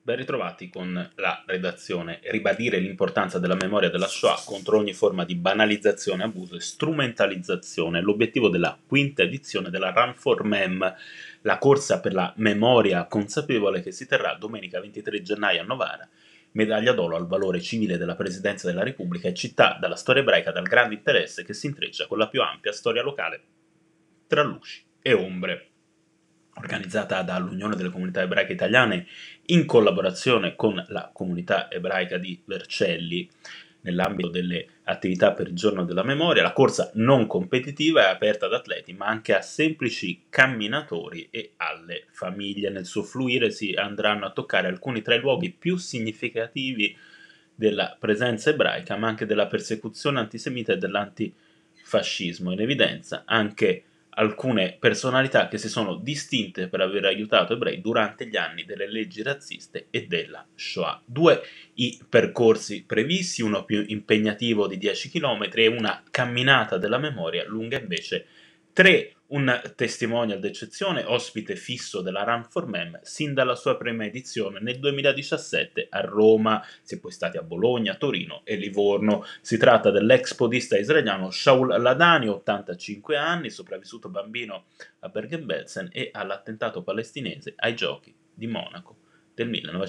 Ben ritrovati con la redazione. Ribadire l'importanza della memoria della Shoah contro ogni forma di banalizzazione, abuso e strumentalizzazione. L'obiettivo della quinta edizione della Run for Mem, la corsa per la memoria consapevole che si terrà domenica 23 gennaio a Novara. Medaglia d'oro al valore civile della Presidenza della Repubblica e città dalla storia ebraica dal grande interesse che si intreccia con la più ampia storia locale tra luci e ombre. Organizzata dall'Unione delle Comunità Ebraiche Italiane in collaborazione con la comunità ebraica di Vercelli, nell'ambito delle attività per il Giorno della Memoria, la corsa non competitiva è aperta ad atleti, ma anche a semplici camminatori e alle famiglie. Nel suo fluire si andranno a toccare alcuni tra i luoghi più significativi della presenza ebraica, ma anche della persecuzione antisemita e dell'antifascismo. In evidenza anche alcune personalità che si sono distinte per aver aiutato ebrei durante gli anni delle leggi razziste e della Shoah. Due i percorsi previsti, uno più impegnativo di 10 km e una camminata della memoria lunga invece 3. Un testimonial d'eccezione, ospite fisso della Run for Mem sin dalla sua prima edizione nel 2017 a Roma. Si è poi stati a Bologna, Torino e Livorno. Si tratta dell'ex podista israeliano Shaul Ladani, 85 anni, sopravvissuto bambino a Bergen-Belsen e all'attentato palestinese ai Giochi di Monaco del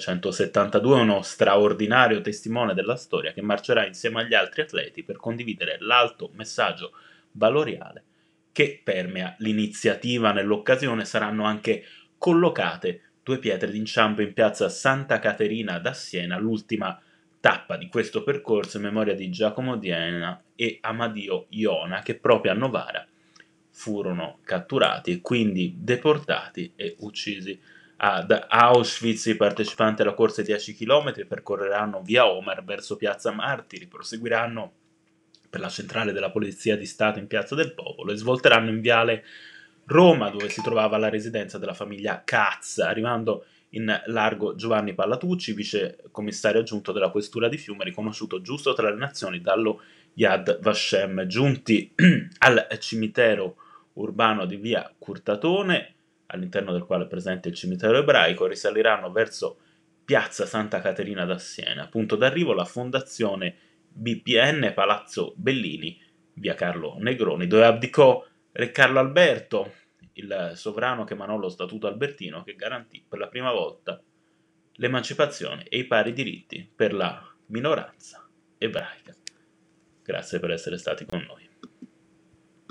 1972, uno straordinario testimone della storia che marcerà insieme agli altri atleti per condividere l'alto messaggio valoriale che permea l'iniziativa. Nell'occasione saranno anche collocate 2 pietre d'inciampo in piazza Santa Caterina da Siena, l'ultima tappa di questo percorso in memoria di Giacomo Diena e Amadio Iona, che proprio a Novara furono catturati e quindi deportati e uccisi. Ad Auschwitz i partecipanti alla corsa di 10 km percorreranno via Omer verso piazza Martiri, proseguiranno per la centrale della Polizia di Stato in Piazza del Popolo e svolteranno in viale Roma, dove si trovava la residenza della famiglia Katz, arrivando in largo Giovanni Pallatucci, vice commissario aggiunto della questura di Fiume, riconosciuto giusto tra le nazioni dallo Yad Vashem. Giunti al cimitero urbano di via Curtatone, all'interno del quale è presente il cimitero ebraico, risaliranno verso piazza Santa Caterina da Siena. Punto d'arrivo la fondazione BPN Palazzo Bellini, via Carlo Negroni, dove abdicò Re Carlo Alberto, il sovrano che emanò lo Statuto Albertino che garantì per la prima volta l'emancipazione e i pari diritti per la minoranza ebraica. Grazie per essere stati con noi.